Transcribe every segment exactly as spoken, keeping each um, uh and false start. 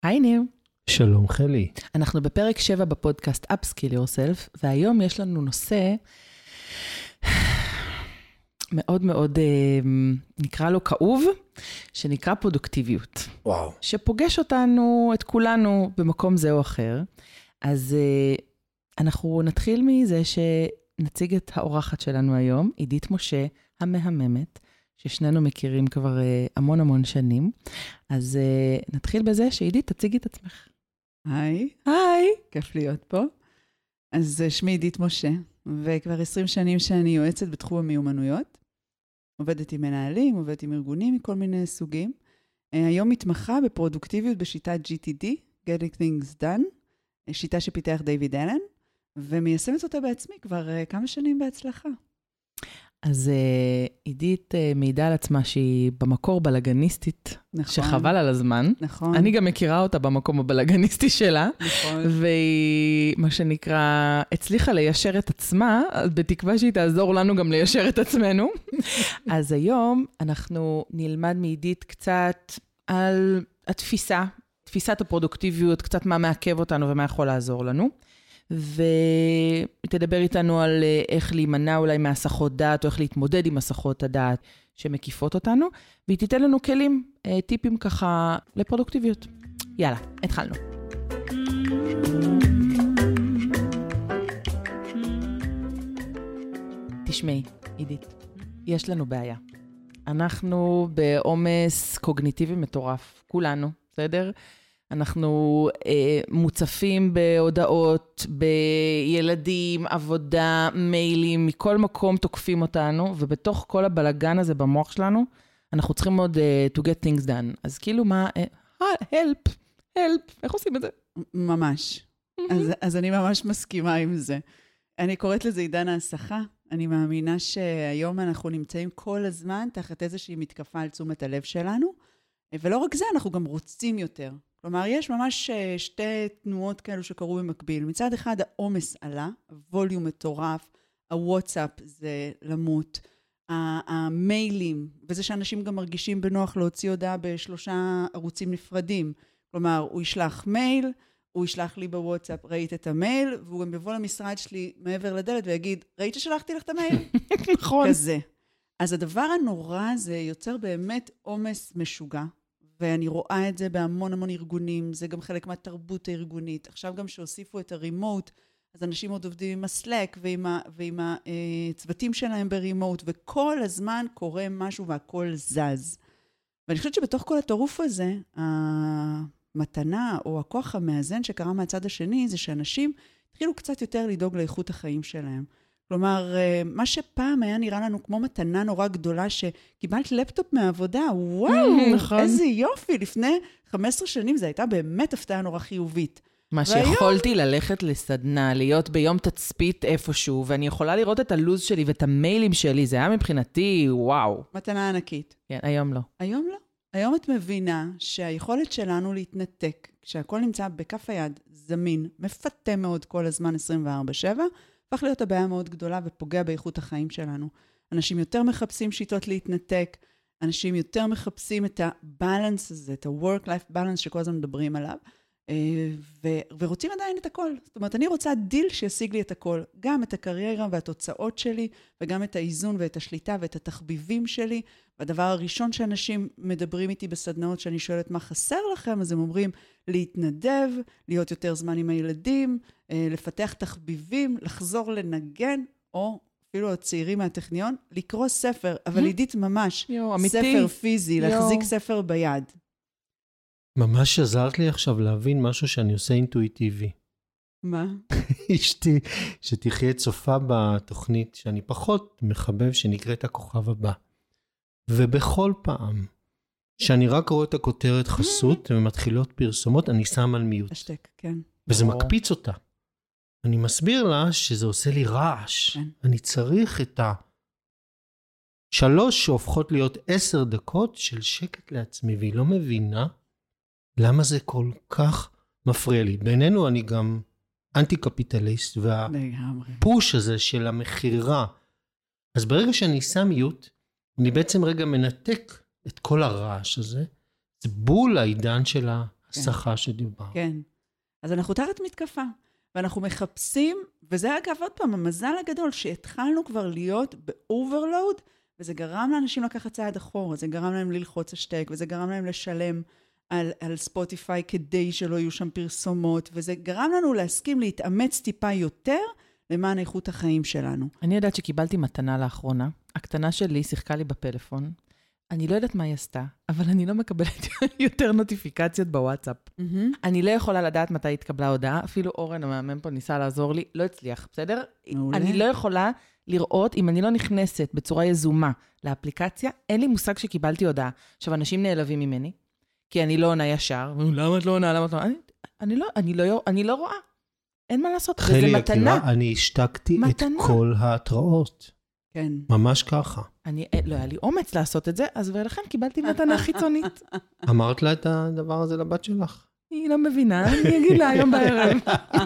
היי ניר. שלום חלי. אנחנו בפרק שבע בפודקאסט Upskill Yourself, והיום יש לנו נושא מאוד מאוד, נקרא לו כאוב, שנקרא פרודוקטיביות. וואו. שפוגש אותנו, את כולנו, במקום זה או אחר. אז אנחנו נתחיל מזה שנציג את האורחת שלנו היום, עידית משה המהממת, ששנינו מכירים כבר המון המון שנים. אז נתחיל בזה שעידית, תציגי את עצמך. היי. היי. כיף להיות פה. אז שמי עידית משה, וכבר עשרים שנים שאני יועצת בתחום המיומנויות. עובדת עם מנהלים, עובדת עם ארגונים מכל מיני סוגים. היום מתמחה בפרודוקטיביות בשיטת ג'י טי די, Getting Things Done, שיטה שפיתח דיוויד אלן, ומיישמת אותה בעצמי כבר כמה שנים בהצלחה. אז עידית מעידה על עצמה שהיא במקור בלגניסטית, נכון, שחבל על הזמן. נכון. אני גם מכירה אותה במקום הבלגניסטי שלה. נכון. והיא, מה שנקרא, הצליחה ליישר את עצמה, בתקווה שהיא תעזור לנו גם ליישר את עצמנו. אז היום אנחנו נלמד מעידית קצת על התפיסה, תפיסת הפרודוקטיביות, קצת מה מעכב אותנו ומה יכול לעזור לנו. והיא תדבר איתנו על איך להימנע אולי מהסחות דעת, או איך להתמודד עם הסחות הדעת שמקיפות אותנו, והיא תיתן לנו כלים, טיפים ככה לפרודוקטיביות. יאללה, התחלנו. תשמעי, עידית, יש לנו בעיה. אנחנו בעומס קוגניטיבי מטורף, כולנו, בסדר? אנחנו אה, מוצפים בהודעות, בילדים, עבודה, מיילים, מכל מקום תוקפים אותנו, ובתוך כל הבלגן הזה במוח שלנו, אנחנו צריכים עוד uh, to get things done. אז כאילו מה, uh, help, help, איך עושים את זה? ממש. אז, אז אני ממש מסכימה עם זה. אני קוראת לזה עידן ההסחה. אני מאמינה שהיום אנחנו נמצאים כל הזמן תחת איזושהי מתקפה על תשומת הלב שלנו, ולא רק זה, אנחנו גם רוצים יותר. כלומר, יש ממש שתי תנועות כאלו שקרו במקביל. מצד אחד, העומס עלה, הווליום מטורף, הוואטסאפ זה למות, המיילים, וזה שאנשים גם מרגישים בנוח להוציא הודעה בשלושה ערוצים נפרדים. כלומר, הוא ישלח מייל, הוא ישלח לי בוואטסאפ, ראית את המייל, והוא גם יבוא למשרד שלי מעבר לדלת ויגיד, ראית ששלחתי לך את המייל? נכון. כזה. אז הדבר הנורא הזה יוצר באמת עומס משוגע. ואני רואה את זה בהמון המון ארגונים, זה גם חלק מהתרבות הארגונית. עכשיו גם שהוסיפו את הרימוט, אז אנשים עוד עובדים עם הסלק ועם, ה, ועם הצוותים שלהם ברימוט, וכל הזמן קורה משהו והכל זז. ואני חושבת שבתוך כל הטירוף הזה, המתנה או הכוח המאזן שקרה מהצד השני, זה שאנשים התחילו קצת יותר לדאוג לאיכות החיים שלהם. כלומר, מה שפעם היה נראה לנו כמו מתנה נורא גדולה, שקיבלת לפטופ מהעבודה, וואו, נכון. איזה יופי, לפני חמש עשרה שנים זה הייתה באמת הפתעה נורא חיובית. מה והיום... שיכולתי ללכת לסדנה, להיות ביום תצפית איפשהו, ואני יכולה לראות את הלוז שלי ואת המיילים שלי, זה היה מבחינתי, וואו. מתנה ענקית. כן, היום לא. היום לא. היום את מבינה שהיכולת שלנו להתנתק, כשהכל נמצא בכף היד, זמין, מפתה מאוד כל הזמן עשרים וארבע שבע, הפך להיות הבעיה מאוד גדולה ופוגע באיכות החיים שלנו. אנשים יותר מחפשים שיטות להתנתק, אנשים יותר מחפשים את הבלנס הזה, את ה-work-life balance שכל הזמן מדברים עליו, ו- ורוצים עדיין את הכל. זאת אומרת, אני רוצה דיל שישיג לי את הכל, גם את הקריירה והתוצאות שלי, וגם את האיזון ואת השליטה ואת התחביבים שלי. והדבר הראשון שאנשים מדברים איתי בסדנאות, שאני שואלת מה חסר לכם, אז הם אומרים להתנדב, להיות יותר זמן עם הילדים, לפתח תחביבים, לחזור לנגן, או אפילו הצעירים מהטכניון, לקרוא ספר, אבל עידית ממש, ספר פיזי, להחזיק ספר ביד. ממש עזרת לי עכשיו להבין משהו שאני עושה אינטואיטיבי. מה? אשתי, שתחיה צופה בתוכנית שאני פחות מחבב, שנקראת הכוכב הבא. ובכל פעם שאני רק רואה את הכותרת חסות ומתחילות פרסומות, אני שם על מיוט. השתק, כן. וזה מקפיץ אותה. אני מסביר לה שזה עושה לי רעש. כן. אני צריך את השלוש שהופכות להיות עשר דקות של שקט לעצמי, והיא לא מבינה למה זה כל כך מפריע לי. בינינו אני גם אנטי-קפיטליסט, והפוש הזה של המחירה. אז ברגע שאני שם מיוט, אני בעצם רגע מנתק את כל הרעש הזה, זה בול העידן של שכה שדיבר. כן. אז אנחנו תחת מתקפה, ואנחנו מחפשים, וזה אגב עוד פעם, המזל הגדול, שהתחלנו כבר להיות באוברלואוד, וזה גרם לאנשים לקחת צעד אחורה, זה גרם להם ללחוץ השתק, וזה גרם להם לשלם על, על ספוטיפיי כדי שלא יהיו שם פרסומות, וזה גרם לנו להסכים להתאמץ טיפה יותר למען איכות החיים שלנו. אני יודעת שקיבלתי מתנה לאחרונה. הקטנה שלי שיחקה לי בפלאפון. אני לא יודעת מה היא עשתה, אבל אני לא מקבלת יותר נוטיפיקציות בוואטסאפ. Mm-hmm. אני לא יכולה לדעת מתי התקבלה הודעה, אפילו אורן המאמן פה ניסה לעזור לי, לא הצליח, בסדר? מעולה. אני לא יכולה לראות, אם אני לא נכנסת בצורה יזומה לאפליקציה, אין לי מושג שקיבלתי הודעה. עכשיו, אנשים נעלבים ממני, כי אני לא עונה ישר, למה את לא עונה, למה את לא עונה? אני, אני, לא, אני, לא, אני לא רואה. אין מה לעשות, וזה מתנה. אני השתקתי מתנה. את כל ההתראות. כן. ממש ככה. אני, לא היה לי אומץ לעשות את זה, אז ולכן קיבלתי מתנה חיצונית. אמרת לה את הדבר הזה לבת שלך? היא לא מבינה, אני אגיד לה היום בערב.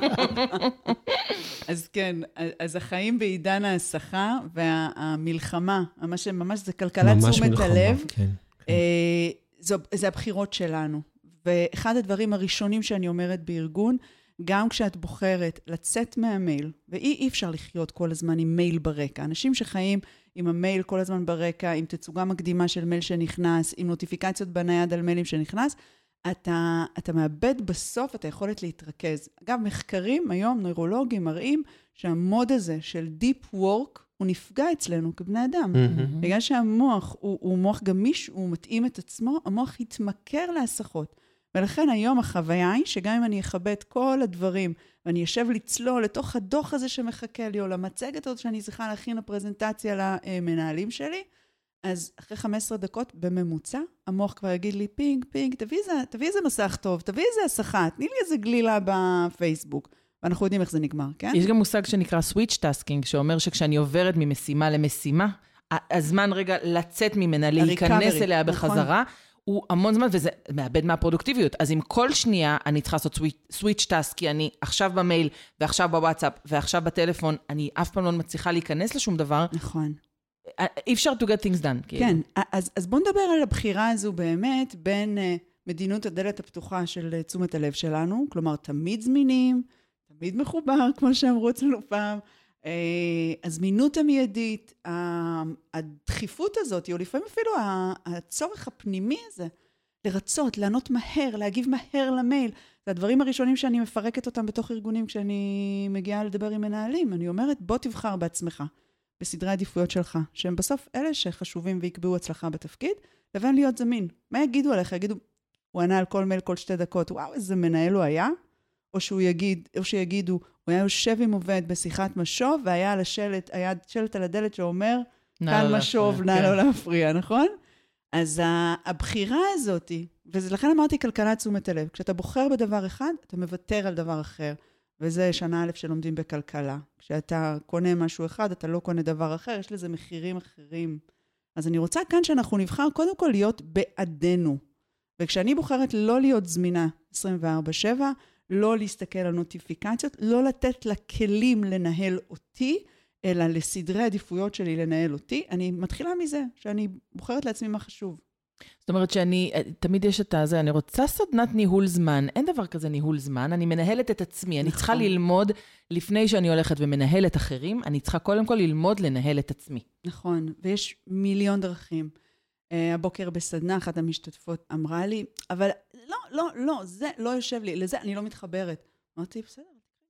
אז כן, אז החיים בעידן ההסחה והמלחמה, ממש, ממש זה כלכלת תשומת הלב, כן, כן. זו, זה הבחירות שלנו. ואחד הדברים הראשונים שאני אומרת בארגון, גם כשאת בוחרת לצאת מהמייל, ואי אי אפשר לחיות כל הזמן עם מייל ברקע. אנשים שחיים עם המייל כל הזמן ברקע, עם תצוגה מקדימה של מייל שנכנס, עם נוטיפיקציות בנייד על מיילים שנכנס, אתה, אתה מאבד בסוף את היכולת להתרכז. אגב, מחקרים היום, נוירולוגים, מראים שהמוד הזה של Deep Work, הוא נפגע אצלנו כבני אדם. Mm-hmm. בגלל שהמוח הוא, הוא מוח גמיש, הוא מתאים את עצמו, המוח יתמכר להסחות. ולכן היום החוויה היא שגם אם אני אכבד כל הדברים, ואני אשב לצלול לתוך הדוח הזה שמחכה לי, או למצגת הזאת שאני צריכה להכין לפרזנטציה למנהלים שלי, אז אחרי חמש עשרה דקות בממוצע, המוח כבר יגיד לי, פינג, פינג, תביא איזה, תביא איזה מסך טוב, תביא איזה הסחה, תני לי איזה גלילה בפייסבוק. ואנחנו יודעים איך זה נגמר, כן? יש גם מושג שנקרא switch tasking, שאומר שכשאני עוברת ממשימה למשימה, הזמן רגע לצאת ממנה, להיכנס אליה בחזרה, הוא המון זמן, וזה מאבד מהפרודוקטיביות. אז אם כל שנייה אני צריכה לעשות switch task, כי אני עכשיו במייל, ועכשיו בוואטסאפ, ועכשיו בטלפון, אני אף פעם לא מצליחה להיכנס לשום דבר. נכון. אי אפשר to get things done. כן, אז, אז בוא נדבר על הבחירה הזו באמת, בין uh, מדינות הדלת הפתוחה של uh, תשומת הלב שלנו, כלומר, תמיד זמינים, תמיד מחובר, כמו שאמרו אצלנו פעם, uh, הזמינות המיידית, uh, הדחיפות הזאת, או לפעמים אפילו הצורך הפנימי הזה, לרצות, לענות מהר, להגיב מהר למייל, זה הדברים הראשונים שאני מפרקת אותם בתוך ארגונים, כשאני מגיעה לדבר עם מנהלים, אני אומרת, בוא תבחר בעצמך. בסדרי עדיפויות שלך, שהם בסוף אלה שחשובים ויקבעו הצלחה בתפקיד, לבין להיות זמין. מה יגידו עליך? יגידו, הוא ענה על כל מייל כל שתי דקות, וואו, איזה מנהל הוא היה? או שהוא יגיד, או שיגידו, הוא היה יושב עם עובד בשיחת משוב, והיה על השלט, היה שלט על הדלת שאומר, כאן משוב, נא לא להפריע, נכון? אז הבחירה הזאת, ולכן אמרתי כלכלת תשומת הלב, כשאתה בוחר בדבר אחד, אתה מוותר על דבר אחר. וזה שנה א' שלומדים בכלכלה. כשאתה קונה משהו אחד, אתה לא קונה דבר אחר, יש לזה מחירים אחרים. אז אני רוצה כאן שאנחנו נבחר קודם כל להיות בעדנו. וכשאני בוחרת לא להיות זמינה עשרים וארבע שבע, לא להסתכל על נוטיפיקציות, לא לתת לכלים לנהל אותי, אלא לסדרי עדיפויות שלי לנהל אותי, אני מתחילה מזה, שאני בוחרת לעצמי מה חשוב. זאת אומרת שאני, תמיד יש את הזה, אני רוצה סדנת ניהול זמן, אין דבר כזה ניהול זמן, אני מנהלת את עצמי, נכון. אני צריכה ללמוד, לפני שאני הולכת ומנהלת אחרים, אני צריכה קודם כל ללמוד לנהל את עצמי. נכון, ויש מיליון דרכים. Uh, הבוקר בסדנה, אחת המשתתפות אמרה לי, אבל לא, לא, לא, זה לא יושב לי, לזה אני לא מתחברת. אמרתי, בסדר.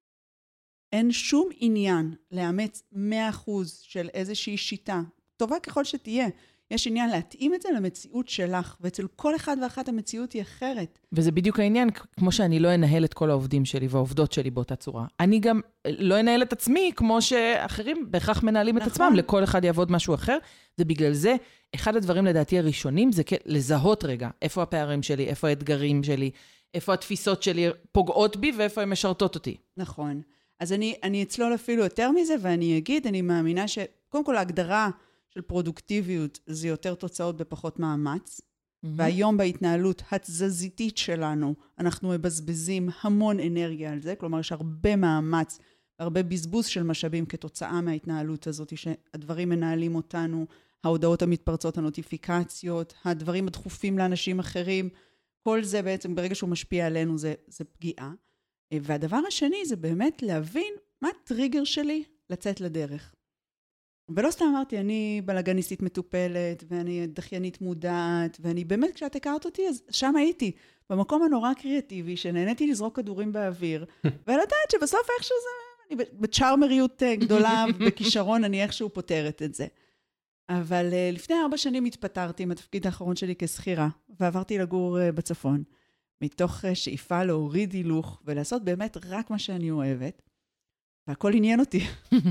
אין שום עניין לאמץ מאה אחוז של איזושהי שיטה, טובה ככל שתהיה, יש עניין להתאים את זה למציאות שלך, ואצל כל אחד ואחת המציאות היא אחרת. וזה בדיוק העניין, כמו שאני לא אנהל את כל העובדים שלי והעובדות שלי באותה צורה. אני גם לא אנהל את עצמי, כמו שאחרים בהכרח מנהלים את עצמם, לכל אחד יעבוד משהו אחר. ובגלל זה, אחד הדברים לדעתי הראשונים, זה לזהות רגע, איפה הפערים שלי, איפה האתגרים שלי, איפה התפיסות שלי פוגעות בי, ואיפה הן משרתות אותי. נכון. אז אני, אני אצלול אפילו יותר מזה, ואני אגיד, אני מאמינה שקודם כל ההגדרה של פרודוקטיביות זה יותר תוצאות בפחות מאמץ, mm-hmm. והיום בהתנהלות התזזיתית שלנו, אנחנו מבזבזים המון אנרגיה על זה, כלומר יש הרבה מאמץ, הרבה בזבוז של משאבים כתוצאה מההתנהלות הזאת, שהדברים מנהלים אותנו, ההודעות המתפרצות, הנוטיפיקציות, הדברים הדחופים לאנשים אחרים, כל זה בעצם, ברגע שהוא משפיע עלינו, זה, זה פגיעה. והדבר השני זה באמת להבין מה הטריגר שלי לצאת לדרך. ולא סתם אמרתי, אני בלגניסטית מטופלת, ואני דחיינית מודעת, ואני באמת, כשאת הכרת אותי, אז שם הייתי, במקום הנורא קריאטיבי, שנהניתי לזרוק כדורים באוויר, ולדעת שבסוף איכשהו זה, אני בצ'ארמריות גדולה, בכישרון, אני איכשהו פותרת את זה. אבל לפני ארבע שנים התפטרתי עם התפקיד האחרון שלי כסחירה, ועברתי לגור בצפון, מתוך שאיפה להוריד הילוך, ולעשות באמת רק מה שאני אוהבת, והכל עניין אותי.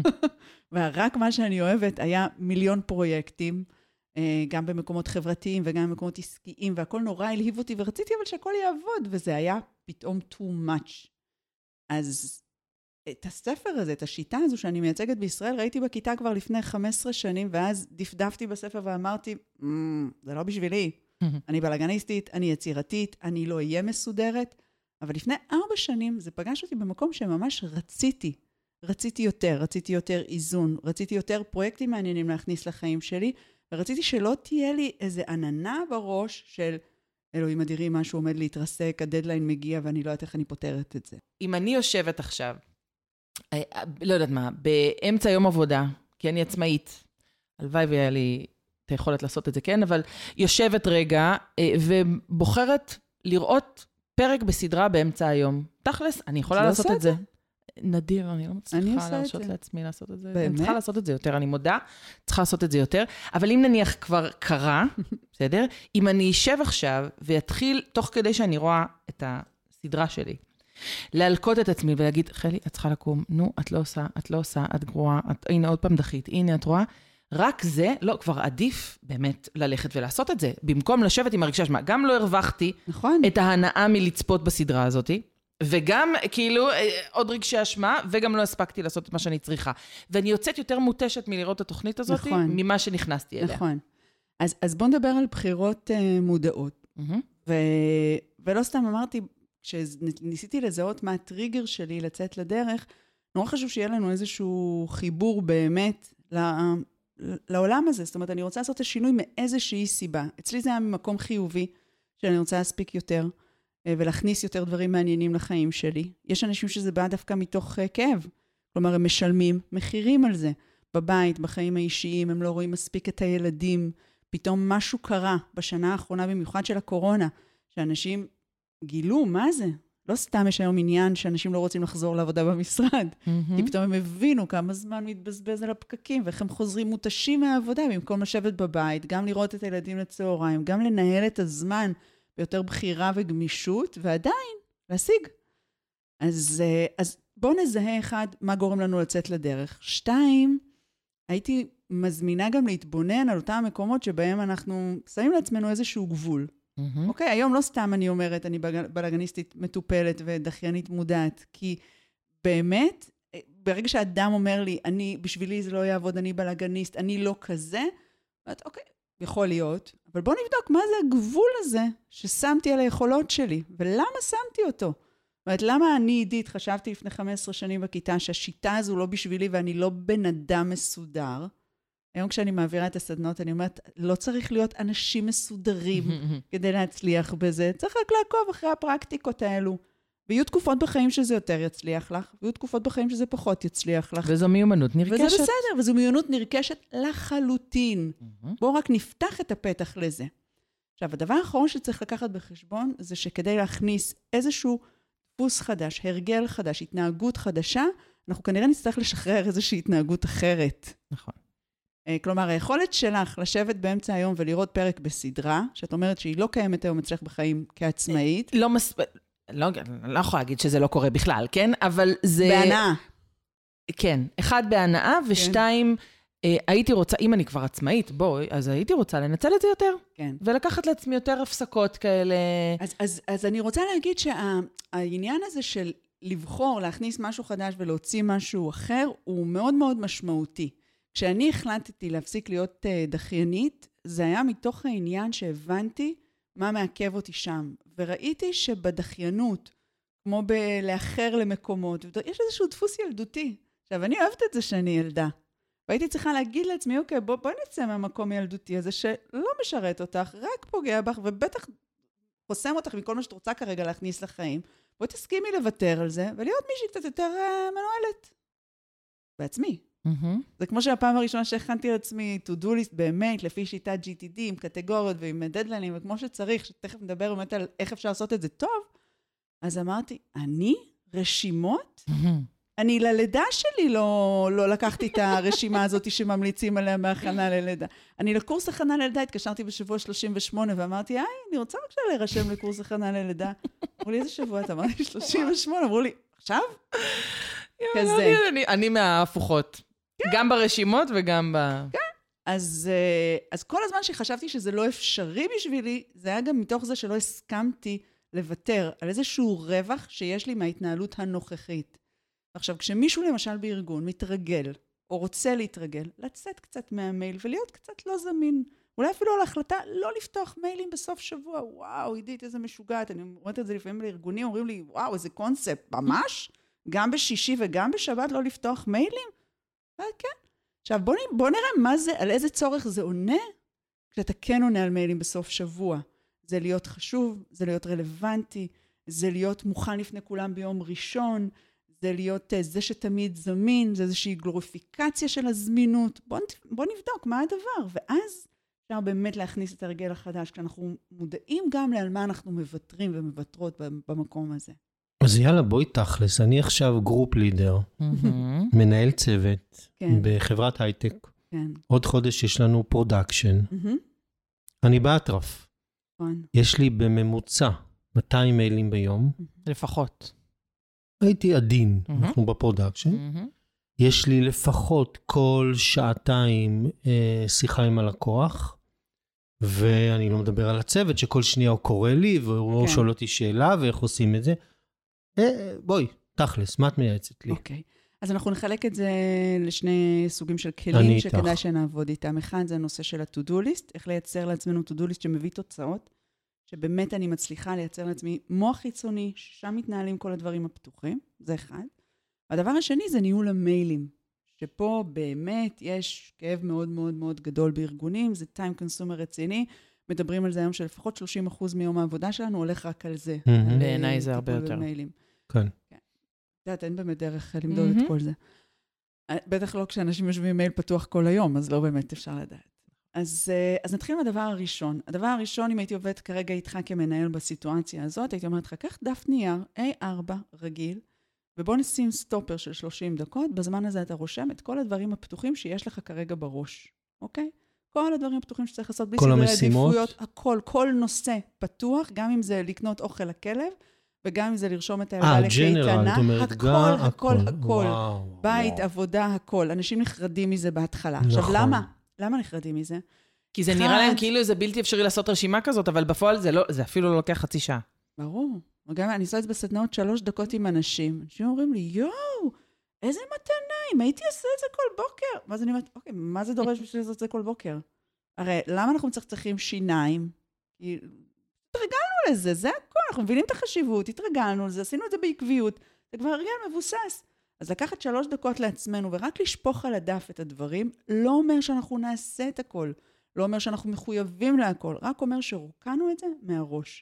ורק מה שאני אוהבת היה מיליון פרויקטים, גם במקומות חברתיים וגם במקומות עסקיים, והכל נורא הלהיב אותי, ורציתי אבל שהכל יעבוד, וזה היה פתאום too much. אז את הספר הזה, את השיטה הזו שאני מייצגת בישראל, ראיתי בכיתה כבר לפני חמש עשרה שנים, ואז דפדפתי בספר ואמרתי, mm, זה לא בשבילי. אני בלגניסטית, אני יצירתית, אני לא אהיה מסודרת, אבל לפני ארבע שנים זה פגש אותי במקום שממש רציתי. רציתי יותר, רציתי יותר איזון, רציתי יותר פרויקטים מעניינים להכניס לחיים שלי, ורציתי שלא תהיה לי איזה עננה בראש של אלוהים אדירים, משהו עומד להתרסק, הדדליין מגיע ואני לא יודעת איך אני פותרת את זה. אם אני יושבת עכשיו, לא יודעת מה, באמצע יום עבודה, כי אני עצמאית, הלוואי והיה לי את היכולת לעשות את זה, כן? אבל יושבת רגע ובוחרת לראות פרק בסדרה באמצע היום. תכלס, אני יכולה לעשות את זה. נדיר, אני לא מצליחה להרשות לעצמי לעשות את זה. אני צריכה לעשות את זה יותר, אני מודה, צריכה לעשות את זה יותר. אבל אם נניח כבר קרה, בסדר? אם אני אשב עכשיו ויתחיל, תוך כדי שאני רואה את הסדרה שלי, להלקות את עצמי ולהגיד, חלי, את צריכה לקום, נו, את לא עושה, את לא עושה, את גרועה, את, הנה עוד פעם דחית, הנה את רואה, רק זה, לא, כבר עדיף באמת ללכת ולעשות את זה, במקום לשבת עם הרגשה שמה, גם לא הרווחתי נכון. את ההנאה מלצפות בסדרה הזאת, וגם כאילו עוד רגשי אשמה, וגם לא הספקתי לעשות את מה שאני צריכה. ואני יוצאת יותר מוטשת מלראות את התוכנית הזאת, נכון. ממה שנכנסתי אליה. נכון. אז, אז בוא נדבר על בחירות uh, מודעות. Mm-hmm. ו, ולא סתם אמרתי, כשניסיתי לזהות מה הטריגר שלי לצאת לדרך, נורא חשוב שיהיה לנו איזשהו חיבור באמת לעולם הזה. זאת אומרת, אני רוצה לעשות את השינוי מאיזושהי סיבה. אצלי זה היה ממקום חיובי, שאני רוצה להספיק יותר, ולהכניס יותר דברים מעניינים לחיים שלי. יש אנשים שזה בא דווקא מתוך כאב. כלומר, הם משלמים מחירים על זה. בבית, בחיים האישיים, הם לא רואים מספיק את הילדים. פתאום משהו קרה בשנה האחרונה, במיוחד של הקורונה, שאנשים גילו, מה זה? לא סתם יש היום עניין שאנשים לא רוצים לחזור לעבודה במשרד. Mm-hmm. כי פתאום הם הבינו כמה זמן מתבזבז על הפקקים, ואיך הם חוזרים מותשים מהעבודה, במקום לשבת בבית, גם לראות את הילדים לצהריים, גם לנהל את הזמן ביותר בחירה וגמישות, ועדיין להשיג. אז, אז בואו נזהה אחד, מה גורם לנו לצאת לדרך. שתיים, הייתי מזמינה גם להתבונן על אותם המקומות שבהם אנחנו שמים לעצמנו איזשהו גבול. Mm-hmm. אוקיי, היום לא סתם אני אומרת, אני בלגניסטית מטופלת ודחיינית מודעת, כי באמת, ברגע שאדם אומר לי, אני, בשבילי זה לא יעבוד, אני בלגניסט, אני לא כזה, ואת, אוקיי, יכול להיות, אבל בואו נבדוק מה זה הגבול הזה ששמתי על היכולות שלי, ולמה שמתי אותו? זאת אומרת, למה אני עידית, חשבתי לפני חמש עשרה שנים בכיתה, שהשיטה הזו לא בשבילי ואני לא בן אדם מסודר, היום כשאני מעבירה את הסדנות, אני אומרת, לא צריך להיות אנשים מסודרים כדי להצליח בזה, צריך רק לעקוב אחרי הפרקטיקות האלו. ויהיו תקופות בחיים שזה יותר יצליח לך, ויהיו תקופות בחיים שזה פחות יצליח לך. וזו מיומנות נרכשת. וזה בסדר, וזו מיומנות נרכשת לחלוטין. בואו רק נפתח את הפתח לזה. עכשיו, הדבר האחרון שצריך לקחת בחשבון, זה שכדי להכניס איזשהו דפוס חדש, הרגל חדש, התנהגות חדשה, אנחנו כנראה נצטרך לשחרר איזושהי התנהגות אחרת. נכון. כלומר, היכולת שלך לשבת באמצע היום ולראות פרק בסדרה, שאת אומרת שהיא לא קיימת היום אצלך בחיים כעצמאית. לא מספיק, לא, לא יכולה להגיד שזה לא קורה בכלל, כן? אבל זה... בהנאה. כן, אחד בהנאה, ושתיים, כן. הייתי רוצה, אם אני כבר עצמאית, בואי, אז הייתי רוצה לנצל את זה יותר. כן. ולקחת לעצמי יותר הפסקות כאלה. אז, אז, אז אני רוצה להגיד שהעניין הזה של לבחור, להכניס משהו חדש ולהוציא משהו אחר, הוא מאוד מאוד משמעותי. כשאני החלטתי להפסיק להיות דחיינית, זה היה מתוך העניין שהבנתי מה מעכב אותי שם. וראיתי שבדחיינות, כמו בלאחר למקומות, יש איזשהו דפוס ילדותי. עכשיו, אני אוהבת את זה שאני ילדה. והייתי צריכה להגיד לעצמי, אוקיי, בוא, בוא נצא מהמקום ילדותי הזה, שלא משרת אותך, רק פוגע בך, ובטח חוסם אותך מכל מה שאת רוצה כרגע להכניס לחיים. בואי תסכימי לוותר על זה, ולהיות מישהי קצת יותר uh, מנוהלת. בעצמי. Mm-hmm. זה כמו שהפעם הראשונה שהכנתי לעצמי to do list באמת, לפי שיטת ג'י טי די, עם קטגוריות ועם דדליינים, וכמו שצריך, שתכף נדבר באמת על איך אפשר לעשות את זה טוב, אז אמרתי, אני רשימות? Mm-hmm. אני ללידה שלי לא, לא לקחתי את הרשימה הזאת שממליצים עליה מהכנה ללידה. אני לקורס הכנה ללידה התקשרתי בשבוע שלושים ושמונה, ואמרתי, היי, אני רוצה בבקשה להירשם לקורס הכנה ללידה. אמרו לי, איזה שבוע? אתה אמרתי, שלושים ושמונה. אמרו לי, עכשיו? כזה. אני מההפוכות. גם ברשימות וגם ב... כן. אז, אז כל הזמן שחשבתי שזה לא אפשרי בשבילי, זה היה גם מתוך זה שלא הסכמתי לוותר על איזשהו רווח שיש לי מההתנהלות הנוכחית. עכשיו, כשמישהו למשל בארגון מתרגל, או רוצה להתרגל, לצאת קצת מהמייל ולהיות קצת לא זמין. אולי אפילו על ההחלטה לא לפתוח מיילים בסוף שבוע. וואו, עידית, איזה משוגעת. אני אומרת את זה לפעמים לארגונים, אומרים לי, וואו, איזה קונספט. ממש? גם בשישי וגם בשבת לא לפתוח מיילים? כן. עכשיו, בוא, בוא נראה מה זה, על איזה צורך זה עונה, כשאתה כן עונה על מיילים בסוף שבוע. זה להיות חשוב, זה להיות רלוונטי, זה להיות מוכן לפני כולם ביום ראשון, זה להיות זה שתמיד זמין, זה איזושהי גלוריפיקציה של הזמינות. בוא, בוא נבדוק מה הדבר, ואז אפשר באמת להכניס את הרגל החדש, כשאנחנו מודעים גם לעל מה אנחנו מבטרים ומבטרות במקום הזה. אז יאללה, בואי תכלס, אני עכשיו גרופ לידר, מנהל צוות בחברת הייטק. עוד חודש יש לנו פרודקשן. אני באטרף. יש לי בממוצע מאתיים מיילים ביום. לפחות. הייתי עדין, אנחנו בפרודקשן. יש לי לפחות כל שעתיים שיחה עם הלקוח, ואני לא מדבר על הצוות, שכל שנייה הוא קורא לי, והוא שואל אותי שאלה, ואיך עושים את זה. בואי, תכלס, מה את מייעצת לי? אוקיי. אז אנחנו נחלק את זה לשני סוגים של כלים, שכדאי שנעבוד איתם. אחד זה הנושא של ה-to-do list, איך לייצר לעצמנו to-do list שמביא תוצאות, שבאמת אני מצליחה לייצר לעצמי מוח חיצוני, ששם מתנהלים כל הדברים הפתוחים, זה אחד. והדבר השני זה ניהול המיילים, שפה באמת יש כאב מאוד מאוד מאוד גדול בארגונים, זה time consumer רציני, מדברים על זה היום שלפחות שלושים אחוז מיום העבודה שלנו הולך רק על זה. בעיניי זה הרבה יותר. כן. את יודעת, אין באמת דרך למדוד את כל זה. בטח לא כשאנשים יושבים מייל פתוח כל היום, אז לא באמת אפשר לדעת. אז, אז נתחיל מהדבר הראשון. הדבר הראשון, אם הייתי עובדת כרגע איתך כמנהל בסיטואציה הזאת, הייתי אומרת לך, קח דף נייר, איי ארבע רגיל, ובוא נשים סטופר של שלושים דקות, בזמן הזה אתה רושם את כל הדברים הפתוחים שיש לך כרגע בראש, אוקיי? כל הדברים הפתוחים שצריך לעשות, בלי סדרי עדיפויות, הכל, כל נושא פתוח, גם אם זה לקנות אוכל לכלב, וגם אם זה לרשום את הילדה לקייטנה, הכל, הכל, הכל, בית, עבודה, הכל. אנשים נחרדים מזה בהתחלה. עכשיו, למה? למה נחרדים מזה? כי זה נראה להם כאילו זה בלתי אפשרי לעשות רשימה כזאת, אבל בפועל זה אפילו לא לוקח חצי שעה. ברור. וגם אני עושה את זה בסדנאות שלוש דקות עם אנשים. אנשים אומרים לי, יואו, איזה מתנה, אם הייתי עושה את זה כל בוקר. ואז אני אומרת, אוקיי, מה זה דורש בשביל לעשות את זה כל בוקר? הרי למה אנחנו צריכים שיניים? כי התרגלנו לזה, זה הכל, אנחנו מבינים את החשיבות, התרגלנו לזה, עשינו את זה בעקביות, זה כבר הרגל מבוסס. אז לקחת שלוש דקות לעצמנו, ורק לשפוך על הדף את הדברים, לא אומר שאנחנו נעשה את הכל, לא אומר שאנחנו מחויבים להכל, רק אומר שרוקנו את זה מהראש.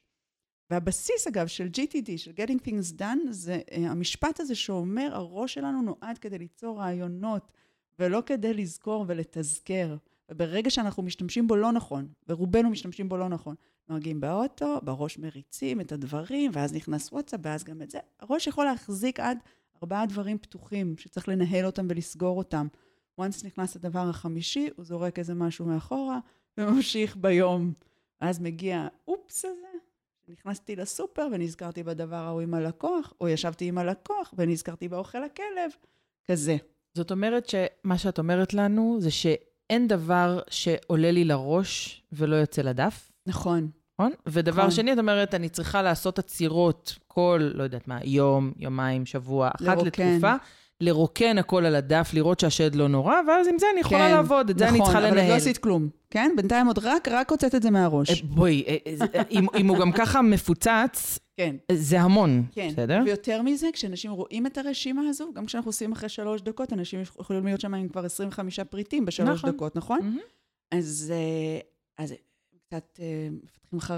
והבסיס אגב של ג'י טי די, של Getting Things Done, זה המשפט הזה שאומר, הראש שלנו נועד כדי ליצור רעיונות, ולא כדי לזכור ולתזכר. וברגע שאנחנו משתמשים בו לא נכון, ורובנו משתמשים בו לא נכון, נוהגים באוטו, בראש מריצים את הדברים, ואז נכנס וואטסאפ, ואז גם את זה. הראש יכול להחזיק עד ארבעה דברים פתוחים, שצריך לנהל אותם ולסגור אותם. once נכנס הדבר החמישי, הוא זורק איזה משהו מאחורה, וממשיך ביום. אז מגיע אופס הזה, נכנסתי לסופר, ונזכרתי בדבר ההוא עם הלקוח, או ישבתי עם הלקוח, ונזכרתי באוכל הכלב, כזה. זאת אומרת שמה שאת אומרת לנו, זה שאין דבר שעולה לי לראש, ולא יוצא לדף. נכון. נכון? ודבר נכון. שני, את אומרת, אני צריכה לעשות עצירות כל, לא יודעת מה, יום, יומיים, שבוע, אחת לרוקן. לתקופה, לרוקן הכל על הדף, לראות שהשד לא נורא, ואז עם זה אני יכולה כן, לעבוד, את נכון, זה אני צריכה לנהל. נכון, אבל לא עשית כלום, כן? בינתיים עוד רק, רק הוצאת את זה מהראש. בואי, אם, אם הוא גם ככה מפוצץ, כן. זה המון, כן. בסדר? ויותר מזה, כשאנשים רואים את הרשימה הזו, גם כשאנחנו עושים אחרי שלוש דקות, אנשים יכולים להיות שם עם כבר עשרים וחמישה פריטים בשלוש נכון. דקות, נכון? Mm-hmm. אז, אז קצת מפתחים חרדה,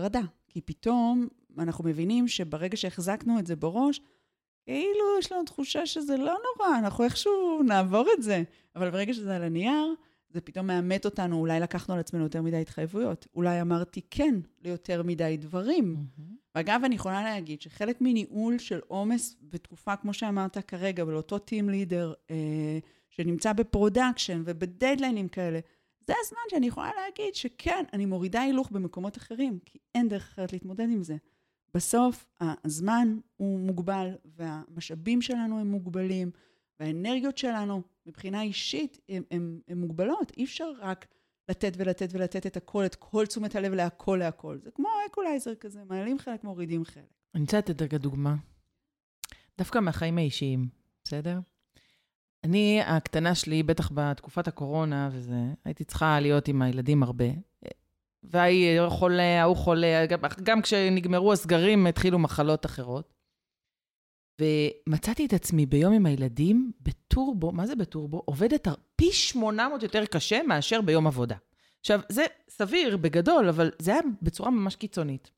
כי פתאום אנחנו מבינים שברגע שהחזקנו את זה בראש, כאילו יש לנו תחושה שזה לא נורא, אנחנו איכשהו נעבור את זה. אבל ברגע שזה על הנייר, זה פתאום מאמת אותנו, אולי לקחנו על עצמנו יותר מדי התחייבויות. אולי אמרתי כן ליותר מדי דברים. Mm-hmm. ואגב, אני יכולה להגיד שחלק מניהול של עומס בתקופה, כמו שאמרת כרגע, ולאותו טים לידר, אה, שנמצא בפרודקשן ובדדליינים כאלה, זה הזמן שאני יכולה להגיד שכן, אני מורידה הילוך במקומות אחרים, כי אין דרך אחרת להתמודד עם זה. בסוף, הזמן הוא מוגבל, והמשאבים שלנו הם מוגבלים, והאנרגיות שלנו, מבחינה אישית, הן מוגבלות. אי אפשר רק לתת ולתת ולתת את הכל, את כל תשומת הלב להכל להכל. זה כמו אקולייזר כזה, מעלים חלק, מורידים חלק. אני רוצה לתת רגע דוגמה. דווקא מהחיים האישיים, בסדר? אני, הקטנה שלי, בטח בתקופת הקורונה, וזה, הייתי צריכה להיות עם הילדים הרבה. והיא חולה, הוא חולה, גם, גם כשנגמרו הסגרים, התחילו מחלות אחרות. ומצאתי את עצמי ביום עם הילדים, בטורבו, מה זה בטורבו? עובדת פי שמונה מאות יותר קשה מאשר ביום עבודה. עכשיו, זה סביר בגדול, אבל זה היה בצורה ממש קיצונית.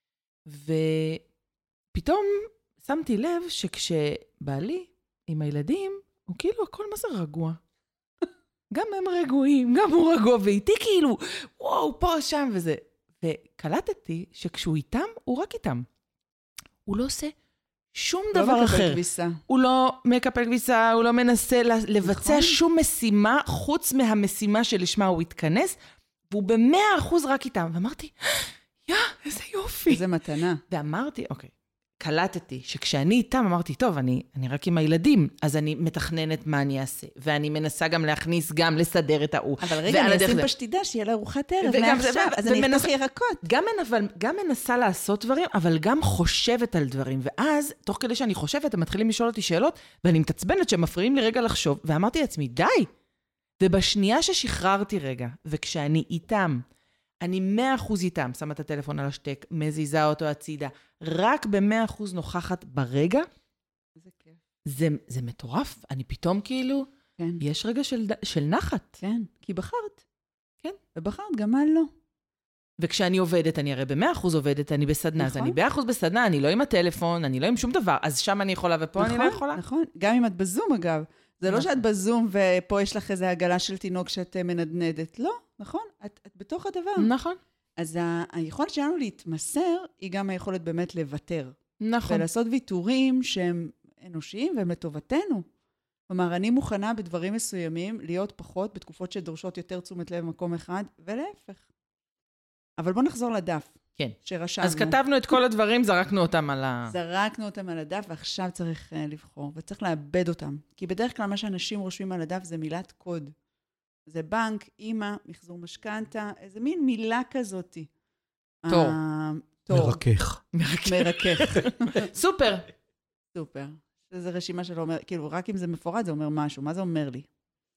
ופתאום שמתי לב שכשבעלי עם הילדים, הוא כאילו הכל מה זה רגוע. גם הם רגועים, גם הוא רגוע, ואיתי כאילו, וואו, פה, שם וזה. וקלטתי שכשהוא איתם, הוא רק איתם. הוא לא עושה שום לא דבר אחר. כביסה. הוא לא מקפל כביסה, הוא לא מנסה לבצע נכון. שום משימה, חוץ מהמשימה שלשמה הוא התכנס, והוא במאה אחוז רק איתם. ואמרתי, יא, איזה יופי. איזה מתנה. ואמרתי, אוקיי. קלטתי שכשאני איתם אמרתי, טוב, אני, אני רק עם הילדים, אז אני מתכננת מה אני אעשה, ואני מנסה גם להכניס, גם לסדר את ההוא. אבל רגע, אני אשים פשטידה, שיהיה לה ארוחת ערב, מעכשיו, אז אני אפתח ירקות. גם, אבל, גם מנסה לעשות דברים, אבל גם חושבת על דברים, ואז, תוך כדי שאני חושבת, הם מתחילים לשאול אותי שאלות, ואני מתעצבנת שהם מפריעים לי רגע לחשוב, ואמרתי לעצמי, די! ובשנייה ששחררתי רגע, וכשאני איתם, אני מאה אחוז איתם, שמה את הטלפון על השטק, מזיזה אותו הצידה, רק ב-מאה אחוז נוכחת ברגע, זה כיף. זה, זה מטורף. אני פתאום כאילו, כן. יש רגע של, של נחת. כן, כי בחרת. כן. ובחרת, גם מה לא. וכשאני עובדת, אני הרי ב-מאה אחוז עובדת, אני בסדנה, נכון. אז אני ב-מאה אחוז בסדנה, אני לא עם הטלפון, אני לא עם שום דבר, אז שם אני יכולה ופה נכון, אני לא יכולה. נכון, גם אם את בזום אגב. זה לא שאת בזום ופה יש לך איזו עגלה של תינוק שאת מנדנדת. לא, נכון? את, את בתוך הדבר. נכון. אז ה- היכולת שלנו להתמסר היא גם היכולת באמת לוותר. נכון. ולעשות ויתורים שהם אנושיים והם לטובתנו. כלומר, אני מוכנה בדברים מסוימים להיות פחות בתקופות שדורשות יותר תשומת לב במקום אחד, ולהפך. אבל בואו נחזור לדף. כן. שרשמנו. אז כתבנו את כל הדברים, זרקנו אותם על ה... זרקנו אותם על הדף, ועכשיו צריך uh, לבחור, וצריך לאבד אותם. כי בדרך כלל מה שאנשים רושמים על הדף זה מילת קוד. זה בנק, אימא, מחזור משכנתה, איזה מין מילה כזאת. תור. Uh, תור. מרכך. מרכך. סופר. סופר. זו רשימה שלא אומר, כאילו, רק אם זה מפורט, זה אומר משהו. מה זה אומר לי?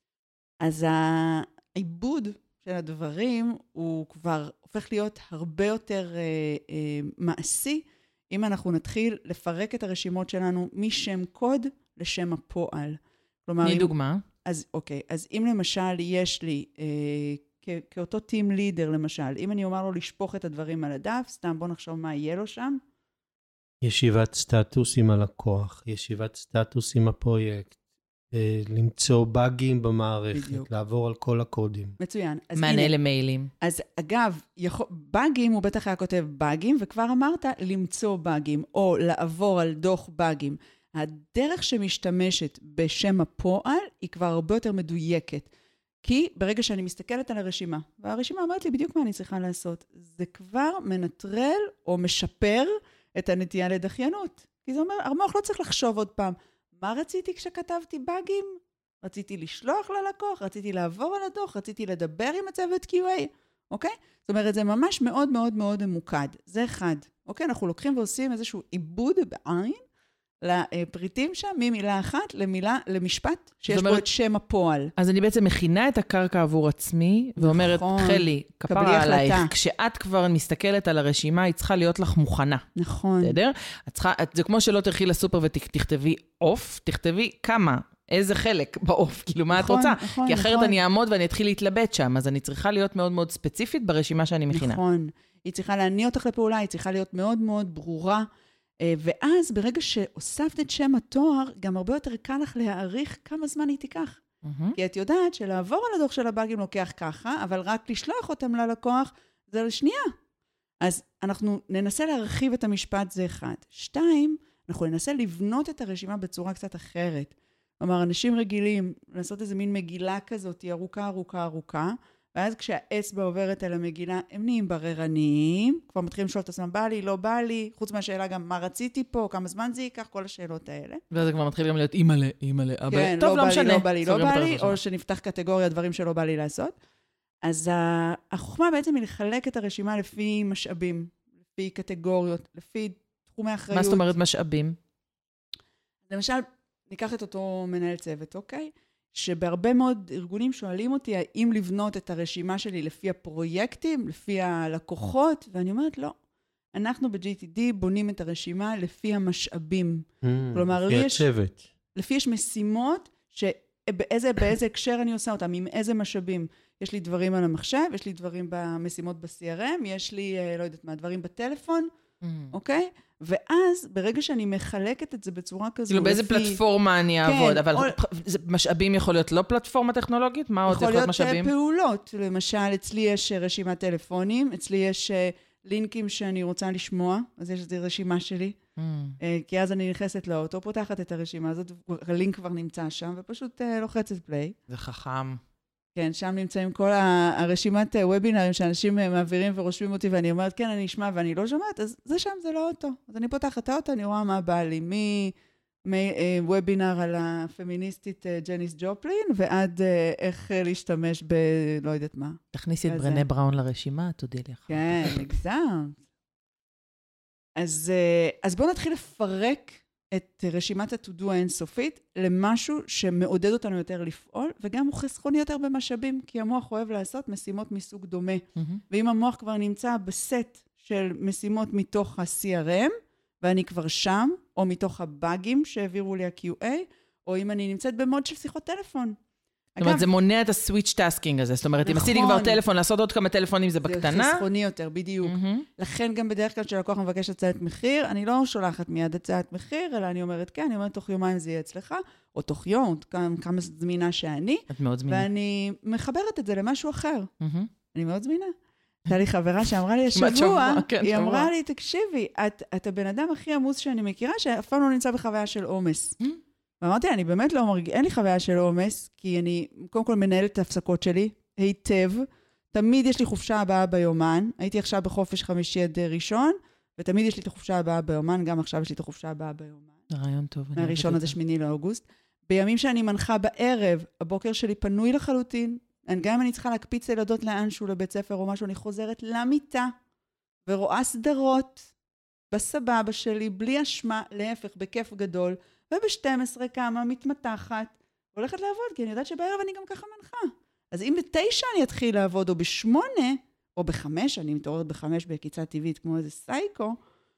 אז העיבוד של הדברים הוא כבר הופך להיות הרבה יותר אה, אה, מעשי, אם אנחנו נתחיל לפרק את הרשימות שלנו משם קוד לשם הפועל. כלומר, מי אם, דוגמה? אז אוקיי, אז אם למשל יש לי, אה, כ- כאותו טים לידר למשל, אם אני אומר לו לשפוך את הדברים על הדף, סתם בוא נחשוב מה יהיה לו שם. ישיבת סטטוס עם הלקוח, ישיבת סטטוס עם הפרויקט, למצוא באגים במערכת, בדיוק. לעבור על כל הקודים. מצוין. מענה למיילים. אז אגב, יכול, באגים, הוא בטח היה כותב באגים, וכבר אמרת למצוא באגים, או לעבור על דוח באגים. הדרך שמשתמשת בשם הפועל, היא כבר הרבה יותר מדויקת. כי ברגע שאני מסתכלת על הרשימה, והרשימה אומרת לי בדיוק מה אני צריכה לעשות, זה כבר מנטרל או משפר את הנטייה לדחיינות. כי זה אומר, המוח לא צריך לחשוב עוד פעם, מה רציתי כשכתבתי באגים? רציתי לשלוח ללקוח, רציתי לעבור על הדוח, רציתי לדבר עם הצוות קיו איי, אוקיי? זאת אומרת, זה ממש מאוד מאוד מאוד ממוקד. זה אחד. אוקיי? אנחנו לוקחים ועושים איזשהו עיבוד בעין לפריטים שם, ממילה אחת למילה, למשפט, שיש בו את שם הפועל. אז אני בעצם מכינה את הקרקע עבור עצמי, ואומרת, חלי, כפרה עלייך, כשאת כבר מסתכלת על הרשימה, היא צריכה להיות לך מוכנה. נכון. בסדר? זה כמו שלא תלכי לסופר ותכתבי אוף, תכתבי כמה, איזה חלק באוף, כאילו מה את רוצה? כי אחרת אני אעמוד ואני אתחיל להתלבט שם, אז אני צריכה להיות מאוד מאוד ספציפית ברשימה שאני מכינה. נכון. היא צריכה להניע אותך לפעולה, היא צריכה להיות מאוד מאוד ברורה, ואז ברגע שהוספת את שם התואר, גם הרבה יותר קל לך להעריך כמה זמן היא תיקח. Mm-hmm. כי את יודעת שלעבור על הדוח של הבאגים לוקח ככה, אבל רק לשלוח אותם ללקוח זה לשנייה. אז אנחנו ננסה להרחיב את המשפט, זה אחד. שתיים, אנחנו ננסה לבנות את הרשימה בצורה קצת אחרת. כלומר, אנשים רגילים לעשות איזה מין מגילה כזאת, היא ארוכה, ארוכה, ארוכה, ואז כשהאצבע עוברת על המגילה, הם נהיים בררניים, כבר מתחילים לשאול את עצמם, בא לי, לא בא לי, חוץ מהשאלה גם מה רציתי פה, כמה זמן זה ייקח, כל השאלות האלה. וזה כבר מתחיל גם להיות אימא'לה, אימא'לה, אבא, כן, טוב, לא, לא משנה. לא בא לי, לא בא לי, או שנפתח קטגוריה דברים שלא בא לי לעשות. אז החוכמה בעצם היא לחלק את הרשימה לפי משאבים, לפי קטגוריות, לפי תחומי אחריות. מה זאת אומרת משאבים? למשל, ניקח את אותו מנהל צוות, אוקיי? שבהרבה מאוד ארגונים שואלים אותי, האם לבנות את הרשימה שלי לפי הפרויקטים, לפי הלקוחות, ואני אומרת, לא. אנחנו ב-ג'י טי די בונים את הרשימה לפי המשאבים. Mm, כלומר, לפי יש, הצוות. לפי יש משימות, שבאיזה, באיזה הקשר אני עושה אותם, עם איזה משאבים. יש לי דברים על המחשב, יש לי דברים במשימות ב-סי אר אם, יש לי, לא יודעת מה, דברים בטלפון, mm. אוקיי? ואז, ברגע שאני מחלקת את זה בצורה כזו... כאילו, באיזה פלטפורמה אני אעבוד, אבל משאבים יכול להיות לא פלטפורמה טכנולוגית? מה עוד יכול להיות משאבים? יכול להיות פעולות. למשל, אצלי יש רשימת טלפונים, אצלי יש לינקים שאני רוצה לשמוע, אז יש רשימה שלי, כי אז אני נכנסת לאוטו, פותחת את הרשימה הזאת, הלינק כבר נמצא שם, ופשוט לוחצת פליי. זה חכם. כן, שם נמצאים כל הרשימת וובינרים שאנשים מעבירים ורושמים אותי, ואני אומרת, כן, אני אשמע ואני לא שומעת, אז זה שם, זה לא אוטו. אז אני פותחת האוטו, אני רואה מה בא לי, מוובינר על הפמיניסטית ג'ניס ג'ופלין, ועד איך להשתמש ב... לא יודעת מה. תכניסי את ברנה בראון לרשימה, תודי לי אחר. כן, נגזם. אז, אז בואו נתחיל לפרק את רשימת ה-to-do האינסופית למשהו שמעודד אותנו יותר לפעול, וגם הוא חסכוני יותר במשאבים, כי המוח אוהב לעשות משימות מסוג דומה. Mm-hmm. ואם המוח כבר נמצא בסט של משימות מתוך ה-סי אר אם, ואני כבר שם, או מתוך הבאגים שהעבירו לי ה-קיו איי, או אם אני נמצאת במוד של שיחות טלפון. זאת אומרת, זה מונע את הסוויץ' טאסקינג הזה. זאת אומרת, אם עשיתי כבר טלפון, לעשות עוד כמה טלפונים זה בקטנה. זה חסכוני יותר, בדיוק. לכן גם בדרך כלל כשלקוח מבקש הצעת מחיר, אני לא שולחת מיד הצעת מחיר, אלא אני אומרת, כן, אני אומרת, תוך יומיים זה יהיה אצלך, או תוך יום, כמה זמינה שאני. את מאוד זמינה. ואני מחברת את זה למשהו אחר. אני מאוד זמינה. הייתה לי חברה שאמרה לי השבוע, היא אמרה לי, תקשיבי, את הבן אדם הכי עמוס שאני מכירה, שאף פעם לא נמצא בחוויה של עומס. ואמרתי, אני באמת לא מרגיש, אין לי חוויה של עומס, כי אני קודם כל מנהלת את ההפסקות שלי, היטב, תמיד יש לי חופשה הבאה ביומן, הייתי עכשיו בחופש חמישי עד ראשון, ותמיד יש לי את החופשה הבאה ביומן, גם עכשיו יש לי את החופשה הבאה ביומן. זה רעיון טוב. מהראשון עד השמיני לאוגוסט. בימים שאני מנחה בערב, הבוקר שלי פנוי לחלוטין, גם אם אני צריכה להקפיץ ילדות לאנשהו לבית ספר או משהו, אני חוזרת למיטה, ורואה סדרות בסבבה שלי, בלי אשמה, להפך, בכיף גדול, וב-שתים עשרה כמה מתמתחת, והולכת לעבוד, כי אני יודעת שבערב אני גם ככה מנחה. אז אם בתשע אני אתחיל לעבוד, או בשמונה, או בחמש, אני מתעוררת בחמש בקיצה טבעית, כמו איזה סייקו,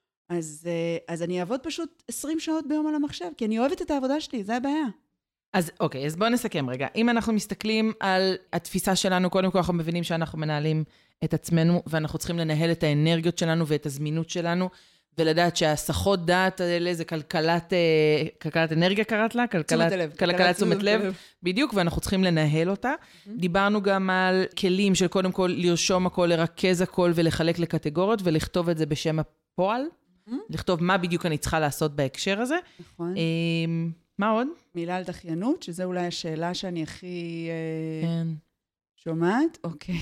אז, אז אני אעבוד פשוט עשרים שעות ביום על המחשב, כי אני אוהבת את העבודה שלי, זה הבעיה. אז אוקיי, אז בואו נסכם רגע. אם אנחנו מסתכלים על התפיסה שלנו, קודם כל אנחנו מבינים שאנחנו מנהלים את עצמנו, ואנחנו צריכים לנהל את האנרגיות שלנו ואת הזמינות שלנו, ולדעת שהסחות דעת האלה זה כלכלת, כלכלת אנרגיה קראת לה? כלכלת, כלכלת תשומת לב. בדיוק, ואנחנו צריכים לנהל אותה. Mm-hmm. דיברנו גם על כלים של קודם כל לרשום הכל, לרכז הכל ולחלק לקטגוריות, ולכתוב את זה בשם הפועל. Mm-hmm. לכתוב מה בדיוק אני צריכה לעשות בהקשר הזה. נכון. מה עוד? מילה על דחיינות, שזה אולי השאלה שאני הכי... כן. שומעת? אוקיי.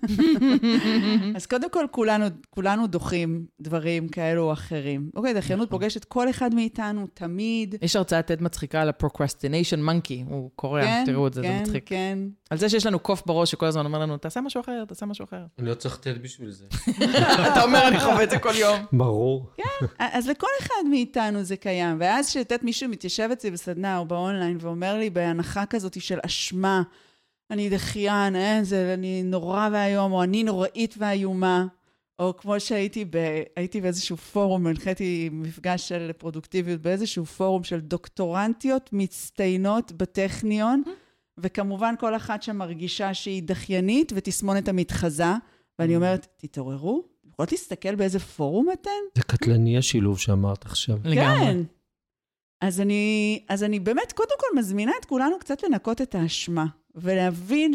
אז קודם כל, כולנו, כולנו דוחים דברים כאלו או אחרים. אוקיי, דחיינות פוגשת כל אחד מאיתנו, תמיד. יש הרצאת תד מצחיקה על ה-procrastination monkey, הוא קורא, תראו את זה, זה מצחיק. כן, כן. על זה שיש לנו קוף בראש שכל הזמן אומר לנו, תעשה משהו אחר, תעשה משהו אחר. אני לא צריך תד בשביל זה. אתה אומר, אני חווה את זה כל יום. ברור. כן, אז לכל אחד מאיתנו זה קיים. ואז שתת מישהו מתיישב אצלי בסדנה או באונליין ואומר לי בהנחה כזאת של אשמה, אני דחיין, אה, זה אני נורא והיום, או אני נוראית והיומה, או כמו שהייתי ב, הייתי באיזשהו פורום, הנחיתי מפגש של פרודוקטיביות, באיזשהו פורום של דוקטורנטיות מצטיינות בטכניון, וכמובן כל אחת שמרגישה שהיא דחיינית ותסמונת המתחזה, ואני אומרת, תתעוררו, יכולות להסתכל באיזה פורום אתן? זה קטלני השילוב שאמרת עכשיו. כן. אז אני, אז אני באמת קודם כל מזמינה את כולנו קצת לנקות את האשמה, ולהבין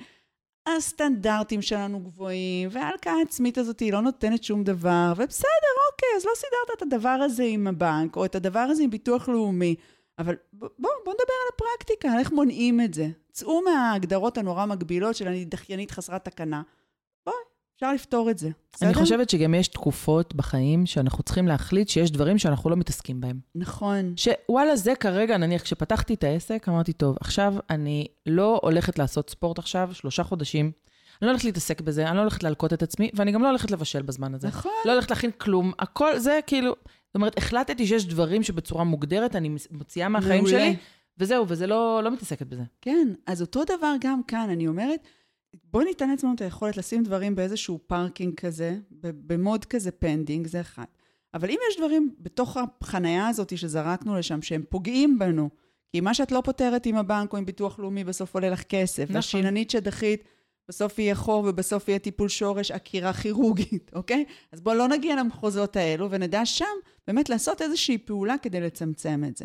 שהסטנדרטים שלנו גבוהים, וההלקאה העצמית הזאת היא לא נותנת שום דבר, ובסדר, אוקיי, אז לא סידרת את הדבר הזה עם הבנק, או את הדבר הזה עם ביטוח לאומי, אבל בוא, בוא נדבר על הפרקטיקה, על איך מונעים את זה. צאו מההגדרות הנורא מגבילות של אני דחיינית חסרת תקנה. בואי, אפשר לפתור את זה. אני חושבת שגם יש תקופות בחיים שאנחנו צריכים להחליט שיש דברים שאנחנו לא מתעסקים בהם. נכון. שוואלה, זה כרגע, נניח, כשפתחתי את העסק, אמרתי, טוב, עכשיו אני לא הולכת לעשות ספורט עכשיו, שלושה חודשים, אני לא הולכת להתעסק בזה, אני לא הולכת להלקות את עצמי, ואני גם לא הולכת לבשל בזמן הזה. נכון. לא הולכת להכין כלום, הכל זה כאילו, זאת אומרת, החלטתי שיש דברים שבצורה מוגדרת, אני מוציאה מהחיים מעולה. שלי, וזהו, וזה לא, לא מתעסקת בזה. כן, אז אותו דבר גם כאן, אני אומרת, בוא ניתן לעצמנו את היכולת לשים דברים באיזשהו פארקינג כזה, במוד כזה פנדינג, זה אחד. אבל אם יש דברים בתוך החנייה הזאת שזרקנו לשם, שהם פוגעים בנו, כי מה שאת לא פותרת עם הבנק או עם ביטוח לאומי, בסוף עולה לך כסף. נכון. השיננית שדחית, בסוף יהיה חור ובסוף יהיה טיפול שורש, עקירה כירורגית, אוקיי? אז בוא לא נגיע למחוזות האלו, ונדע שם באמת לעשות איזושהי פעולה כדי לצמצם את זה.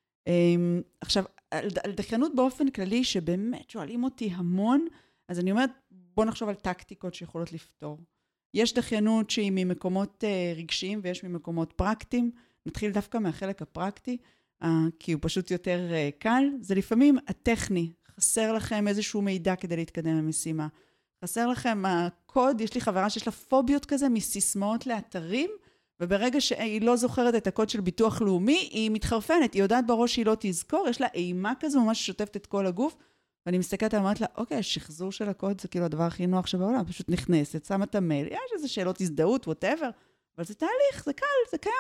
עכשיו, על, על דחיינות באופן כללי, שבאמת שואלים אותי המון, אז אני אומרת, בוא נחשוב על טקטיקות שיכולות לפתור. יש דחיינות שהיא ממקומות uh, רגשיים, ויש ממקומות פרקטיים. נתחיל דווקא מהחלק הפרקטי, uh, כי הוא פשוט יותר uh, קל. זה לפעמים הטכני. חסר לכם איזשהו מידע כדי להתקדם במשימה. חסר לכם הקוד, יש לי חברה שיש לה פוביות כזה, מסיסמאות לאתרים, וברגע שהיא לא זוכרת את הקוד של ביטוח לאומי, היא מתחרפנת, היא יודעת בראש שהיא לא תזכור, יש לה אימה כזו, ממש ששוטפת את כל הגוף, ואני מסתכלת על אמרת לה, אוקיי, השחזור של הקוד זה כאילו הדבר הכי נוח שבעולם, פשוט נכנסת, שמה את המייל, יש איזה שאלות הזדהות, whatever, אבל זה תהליך, זה קל, זה קיים.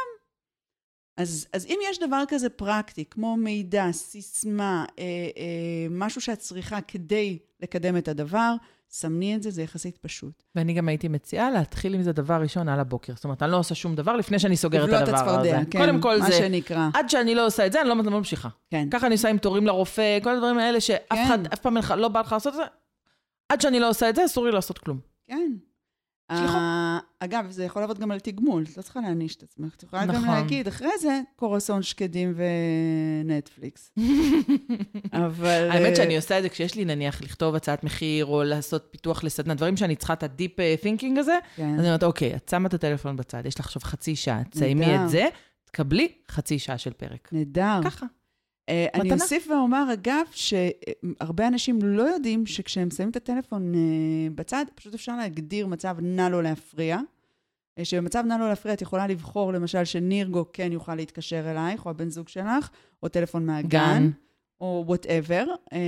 אז, אז אם יש דבר כזה פרקטי, כמו מידע, סיסמה, אה, אה, משהו שאת צריכה כדי לקדם את הדבר, סמני את זה, זה יחסית פשוט. ואני גם הייתי מציעה להתחיל עם זה דבר ראשון על הבוקר. זאת אומרת, אני לא עושה שום דבר לפני שאני סוגרת את הדבר הזה. הצפרדע, כן, קודם כל מה זה, שנקרא. עד שאני לא עושה את זה, אני לא ממשיכה. כן. ככה אני עושה עם תורים לרופא, כל הדברים האלה שאף כן. אחד, אף פעם לא בא לך לעשות את זה. עד שאני לא עושה את זה, אסור לי לעשות כלום. כן. סליחה. אגב, זה יכול לעבוד גם על תגמול, את לא צריכה להעניש את עצמך. את יכולה גם נכון. להגיד, אחרי זה, קורסון שקדים ונטפליקס. אבל... האמת שאני עושה את זה כשיש לי נניח לכתוב הצעת מחיר, או לעשות פיתוח לסדנה, דברים שאני צריכה את הדיפ תינקינג הזה, כן. אז אני אומרת, אוקיי, את שמה את הטלפון בצד, יש לך עכשיו חצי שעה, תסיימי את זה, תקבלי חצי שעה של פרק. נהדר. ככה. Uh, אני אוסיף ואומר, אגב, שהרבה אנשים לא יודעים שכשהם שמים את הטלפון uh, בצד, פשוט אפשר להגדיר מצב נע לו להפריע. Uh, שבמצב נע לו להפריע, את יכולה לבחור, למשל, שנירגו כן יוכל להתקשר אלייך, או הבן זוג שלך, או טלפון מהגן, גן. או whatever.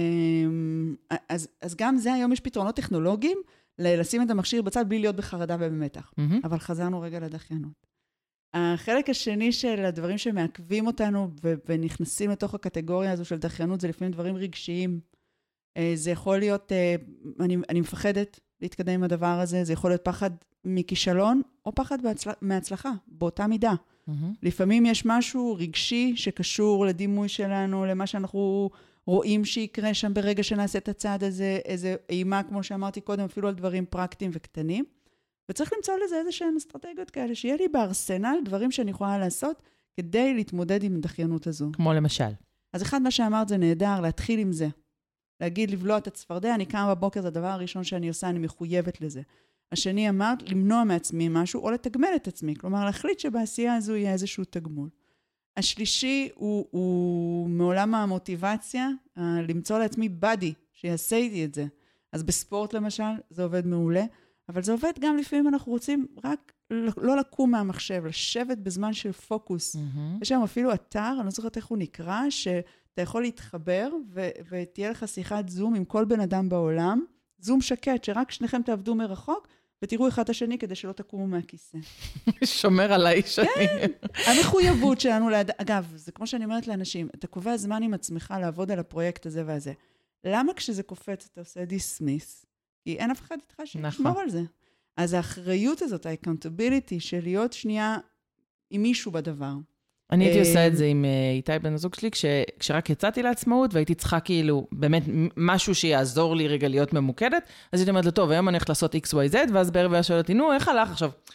Uh, אז, אז גם זה היום יש פתרונות טכנולוגיים, לשים את המכשיר בצד בלי להיות בחרדה ובמתח. Mm-hmm. אבל חזרנו רגע לדחיינות. החלק השני של הדברים שמעכבים אותנו ו- ונכנסים לתוך הקטגוריה הזו של דחיינות, זה לפעמים דברים רגשיים. זה יכול להיות, אני, אני מפחדת להתקדם עם הדבר הזה, זה יכול להיות פחד מכישלון, או פחד בהצל... מהצלחה, באותה מידה. Mm-hmm. לפעמים יש משהו רגשי שקשור לדימוי שלנו, למה שאנחנו רואים שיקרה שם ברגע שנעשה את הצעד הזה, איזה אימה, כמו שאמרתי קודם, אפילו על דברים פרקטיים וקטנים. וצריך למצוא לזה איזה שהן אסטרטגיות כאלה, שיהיה לי בארסנל דברים שאני יכולה לעשות, כדי להתמודד עם הדחיינות הזו. כמו למשל. אז אחד מה שאמרת זה נהדר, להתחיל עם זה. להגיד, לבלוע את הצפרדע, אני קמה בבוקר, זה הדבר הראשון שאני עושה, אני מחויבת לזה. השני אמרת, למנוע מעצמי משהו, או לתגמל את עצמי. כלומר, להחליט שבעשייה הזו יהיה איזשהו תגמול. השלישי הוא, הוא מעולם המוטיבציה, למצוא לעצמי בדי, שיעשה איתי את זה. אז בספורט למשל, זה עובד מעולה. אבל זה עובד גם לפעמים אנחנו רוצים רק לא לקום מהמחשב, לשבת בזמן של פוקוס. Mm-hmm. יש שם אפילו אתר, אני לא זוכרת איך הוא נקרא, שאתה יכול להתחבר ו- ותהיה לך שיחת זום עם כל בן אדם בעולם, זום שקט, שרק שניכם תעבדו מרחוק, ותראו אחד את השני כדי שלא תקומו מהכיסא. שומר על האיש. כן, המחויבות שלנו, ליד... אגב, זה כמו שאני אומרת לאנשים, אתה קובע זמן עם עצמך לעבוד על הפרויקט הזה והזה. למה כשזה קופץ אתה עושה דיסמיס? כי אין אף אחד איתך שישמור על זה. אז האחריות הזאת, ה-accountability, של להיות שנייה עם מישהו בדבר. אני הייתי עושה את זה עם איתי בן הזוג שלי, כשרק יצאתי לעצמאות, והייתי צריכה כאילו, באמת, משהו שיעזור לי רגע להיות ממוקדת, אז הייתי אומרת לו, טוב, היום אני הולכת לעשות אקס וואי זד, ואז בערב היה שואל אותי, נו, איך הלך עכשיו?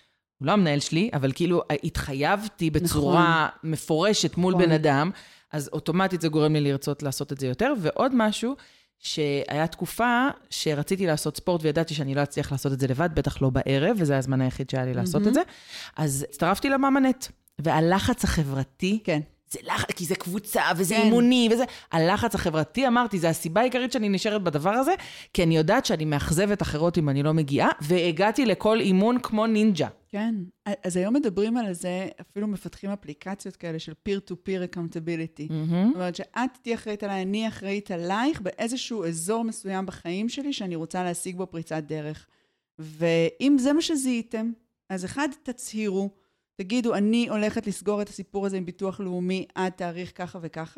הוא לא המנהל שלי, אבל כאילו התחייבתי בצורה נכון. מפורשת מול נכון. בן אדם, אז אוטומטית זה גורם לי לרצות לעשות את זה יותר, ועוד משהו, שהיה תקופה שרציתי לעשות ספורט, וידעתי שאני לא אצליח לעשות את זה לבד, בטח לא בערב, וזה הזמן היחיד שהיה לי לעשות mm-hmm. את זה, אז הצטרפתי למאמנת, והלחץ החברתי, כן. זה לחץ, כי זה קבוצה, וזה כן. אימוני, וזה, הלחץ החברתי, אמרתי, זה הסיבה העיקרית שאני נשארת בדבר הזה, כי אני יודעת שאני מאכזבת אחרות אם אני לא מגיעה, והגעתי לכל אימון כמו נינג'ה. כן, אז היום מדברים על זה, אפילו מפתחים אפליקציות כאלה של peer-to-peer accountability. Mm-hmm. זאת אומרת שאת תהיה אחראית עליי, אני אחראית עלייך, באיזשהו אזור מסוים בחיים שלי, שאני רוצה להשיג בו פריצת דרך. ואם זה מה שזיהיתם, אז אחד, תצהירו, תגידו, אני הולכת לסגור את הסיפור הזה עם ביטוח לאומי עד תאריך ככה וככה,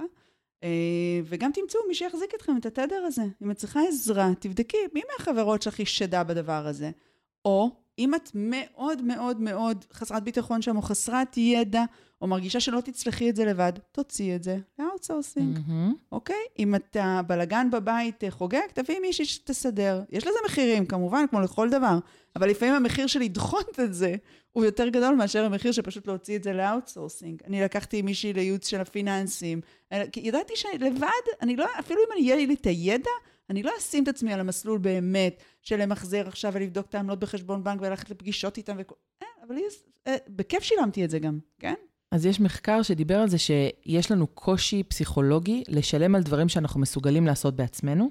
וגם תמצאו מי שיחזיק אתכם את התדר הזה. אם את צריכה עזרה, תבדקי, מי מהחברות שלך היא שדה בדבר הזה? או אם את מאוד מאוד מאוד חסרת ביטחון שם, או חסרת ידע, או מרגישה שלא תצלחי את זה לבד, תוציא את זה לאוטסורסינג. Mm-hmm. אוקיי? אם את הבלגן בבית חוגג, תביאי מישהי שתסדר. יש לזה מחירים, כמובן, כמו לכל דבר. אבל לפעמים המחיר של לדחות את זה, הוא יותר גדול מאשר המחיר שפשוט להוציא את זה לאוטסורסינג. אני לקחתי מישהי לייעוץ של הפיננסים. כי ידעתי שלבד, אני לא, אפילו אם אני יהיה לי את הידע, אני לא אשים את עצמי על המסלול באמת, של למחזר עכשיו ולבדוק את העמלות בחשבון בנק, וללכת לפגישות איתם וכל... אה, אבל אה, בכיף שילמתי את זה גם, כן? אז יש מחקר שדיבר על זה שיש לנו קושי פסיכולוגי לשלם על דברים שאנחנו מסוגלים לעשות בעצמנו,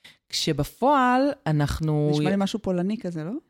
כשבפועל אנחנו... נשמע לי משהו פולני כזה, לא?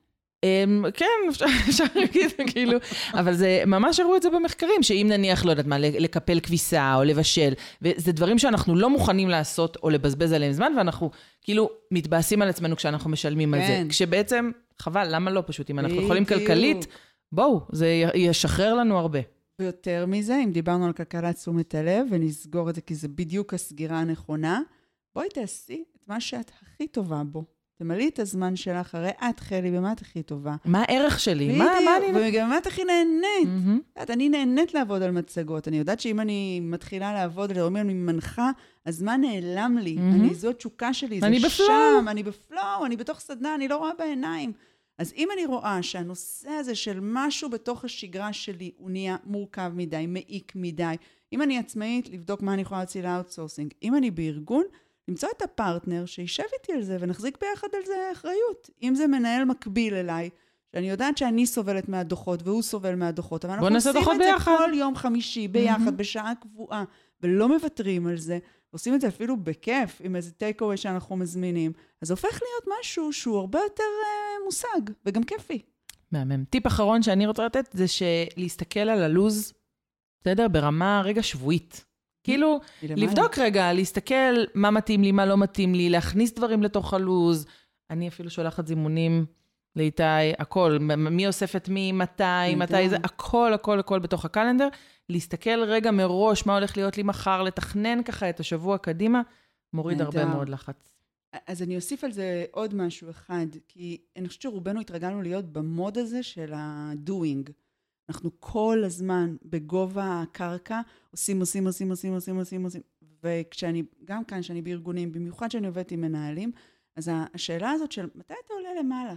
כן, אפשר להגיד, כאילו, אבל זה, ממש הראו את זה במחקרים, שאם נניח, לא יודעת מה, לקפל כביסה או לבשל, וזה דברים שאנחנו לא מוכנים לעשות או לבזבז עליהם זמן, ואנחנו כאילו מתבאסים על עצמנו כשאנחנו משלמים על זה. כשבעצם, חבל, למה לא פשוט? אם אנחנו יכולים כלכלית, בואו, זה ישחרר לנו הרבה. ויותר מזה, אם דיברנו על כלכלת תשומת הלב, ונסגור את זה כי זה בדיוק הסגירה הנכונה, בואי תעשי את מה שאת הכי טובה בו. תמלאי את הזמן שלך, הרי את חלי, במה את הכי טובה? מה הערך שלי? בדיוק, מה, מה אני... וגם את הכי נהנית. Mm-hmm. את, אני נהנית לעבוד על מצגות. אני יודעת שאם אני מתחילה לעבוד, לרומי אני מנחה, אז מה נעלם לי? Mm-hmm. אני, זו התשוקה שלי, זה אני שם, בפלואו. אני בפלואו, אני בתוך סדנה, אני לא רואה בעיניים. אז אם אני רואה שהנושא הזה של משהו בתוך השגרה שלי, הוא נהיה מורכב מדי, מעיק מדי, אם אני עצמאית, לבדוק מה אני יכולה להציע לאוטסורסינג. אם אני בארגון, למצוא את הפרטנר שישב איתי על זה, ונחזיק ביחד על זה אחריות. אם זה מנהל מקביל אליי, שאני יודעת שאני סובלת מהדוחות, והוא סובל מהדוחות, אבל אנחנו עושים את זה ביחד. כל יום חמישי, ביחד, mm-hmm. בשעה קבועה, ולא מוותרים על זה, ועושים את זה אפילו בכיף, עם איזה טייק-אווי שאנחנו מזמינים, אז הופך להיות משהו שהוא הרבה יותר uh, מושג, וגם כיפי. מהמם. טיפ אחרון שאני רוצה לתת, זה שלהסתכל על הלוז, בסדר, ברמה רגע שבועית. כאילו, לבדוק רגע, להסתכל מה מתאים לי, מה לא מתאים לי, להכניס דברים לתוך הלוז. אני אפילו שולחת זימונים לאיתי, הכל, מי אוספת מי, מתי, מתי זה, הכל, הכל, הכל בתוך הקלנדר. להסתכל רגע מראש מה הולך להיות לי מחר, לתכנן ככה את השבוע קדימה, מוריד הרבה מאוד לחץ. אז אני אוסיף על זה עוד משהו אחד, כי אני חושבת שרובנו התרגלנו להיות במוד הזה של ה-doing. אנחנו כל הזמן בגובה הקרקע, עושים, עושים, עושים, עושים, עושים, עושים, עושים. וכשאני, גם כאן, שאני בארגונים, במיוחד שאני עובדת עם מנהלים, אז השאלה הזאת של מתי אתה עולה למעלה?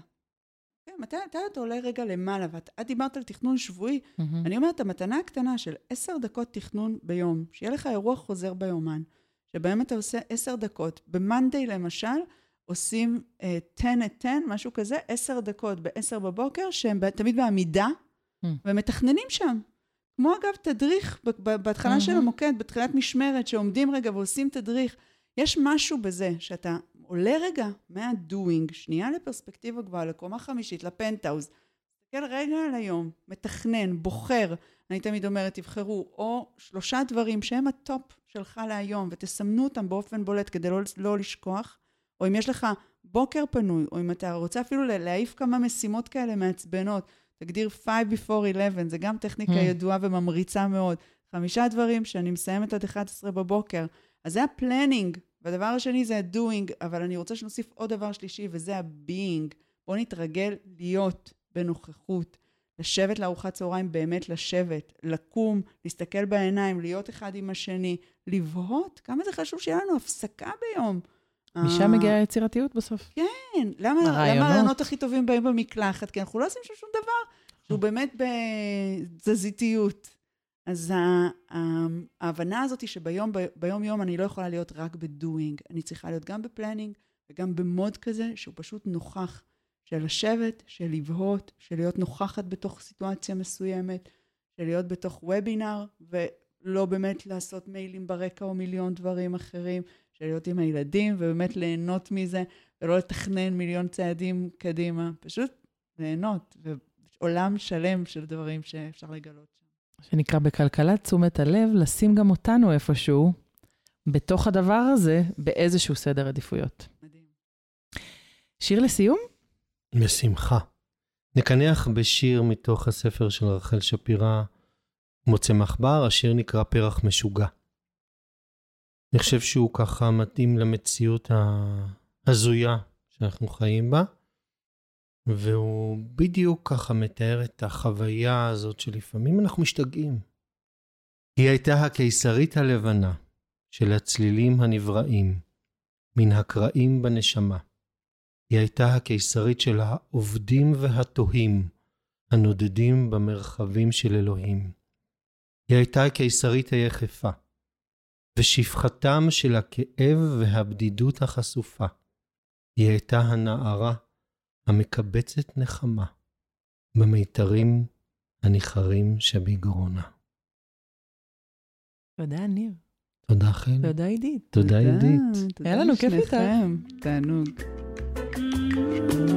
מתי, מתי אתה עולה רגע למעלה? ואת דיברת על תכנון שבועי. Mm-hmm. אני אומרת, המתנה הקטנה של עשר דקות תכנון ביום, שיהיה לך אירוע חוזר ביומן, שבהם אתה עושה עשר דקות. במנדי למשל, עושים uh, עשר at עשר, משהו כזה, עשר דקות ב-עשר בבוקר, שהם תמיד בעמידה, ומתכננים שם. כמו אגב תדריך, בהתחלה של המוקד, בתחילת משמרת, שעומדים רגע ועושים תדריך. יש משהו בזה, שאתה עולה רגע מה-doing, שנייה לפרספקטיבה גבוהה, לקומה חמישית, לפנטאוז, תסתכל רגע על היום, מתכנן, בוחר, אני תמיד אומרת, תבחרו, או שלושה דברים שהם הטופ שלך להיום, ותסמנו אותם באופן בולט, כדי לא, לא לשכוח, או אם יש לך בוקר פנוי, או אם אתה רוצה אפילו להעיף כמה משימות כאלה מעצבנות, תגדיר five before eleven, זה גם טכניקה ידועה וממריצה מאוד. חמישה דברים שאני מסיימת עד אחת עשרה בבוקר. אז זה הפלנינג, והדבר השני זה ה-doing, אבל אני רוצה שנוסיף עוד דבר שלישי, וזה ה-being. בוא נתרגל להיות בנוכחות, לשבת לארוחת צהריים, באמת לשבת, לקום, להסתכל בעיניים, להיות אחד עם השני, לבהות, כמה זה חשוב שיהיה לנו הפסקה ביום. משם מגיעה היצירתיות בסוף. כן, למה הרעיונות הכי טובים באים במקלחת? כי אנחנו לא עושים שום דבר. שהוא באמת בתזזיתיות. אז ההבנה הזאת היא שביום ביום יום אני לא יכולה להיות רק בדואינג, אני צריכה להיות גם בפלנינג וגם במוד כזה שהוא פשוט נוכח, של לשבת, של לבהות, של להיות נוכחת בתוך סיטואציה מסוימת, של להיות בתוך וובינר ולא באמת לעשות מיילים ברקע או מיליון דברים אחרים, של להיות עם הילדים ובאמת ליהנות מזה ולא לתכנן מיליון צעדים קדימה, פשוט ליהנות ועולם שלם של דברים שאפשר לגלות. שנקרא בכלכלת תשומת הלב, לשים גם אותנו איפשהו, בתוך הדבר הזה, באיזשהו סדר עדיפויות. מדהים. שיר לסיום? בשמחה. נקנח בשיר מתוך הספר של רחל שפירא, מוצא מחבר, השיר נקרא פרח משוגע. אני חושב שהוא ככה מתאים למציאות ההזויה שאנחנו חיים בה, והוא בדיוק ככה מתאר את החוויה הזאת שלפעמים אנחנו משתגעים. היא הייתה הקיסרית הלבנה של הצלילים הנבראים, מן הקראים בנשמה. היא הייתה הקיסרית של העובדים והתוהים, הנודדים במרחבים של אלוהים. היא הייתה הקיסרית היחפה, ושפחתם של הכאב והבדידות החשופה. היא הייתה הנערה המקבצת נחמה במיתרים הניחרים שבגרונה. תודה, ניר. תודה, חן. תודה, עידית. תודה, עידית. היה לנו כיף איתך. תענוג.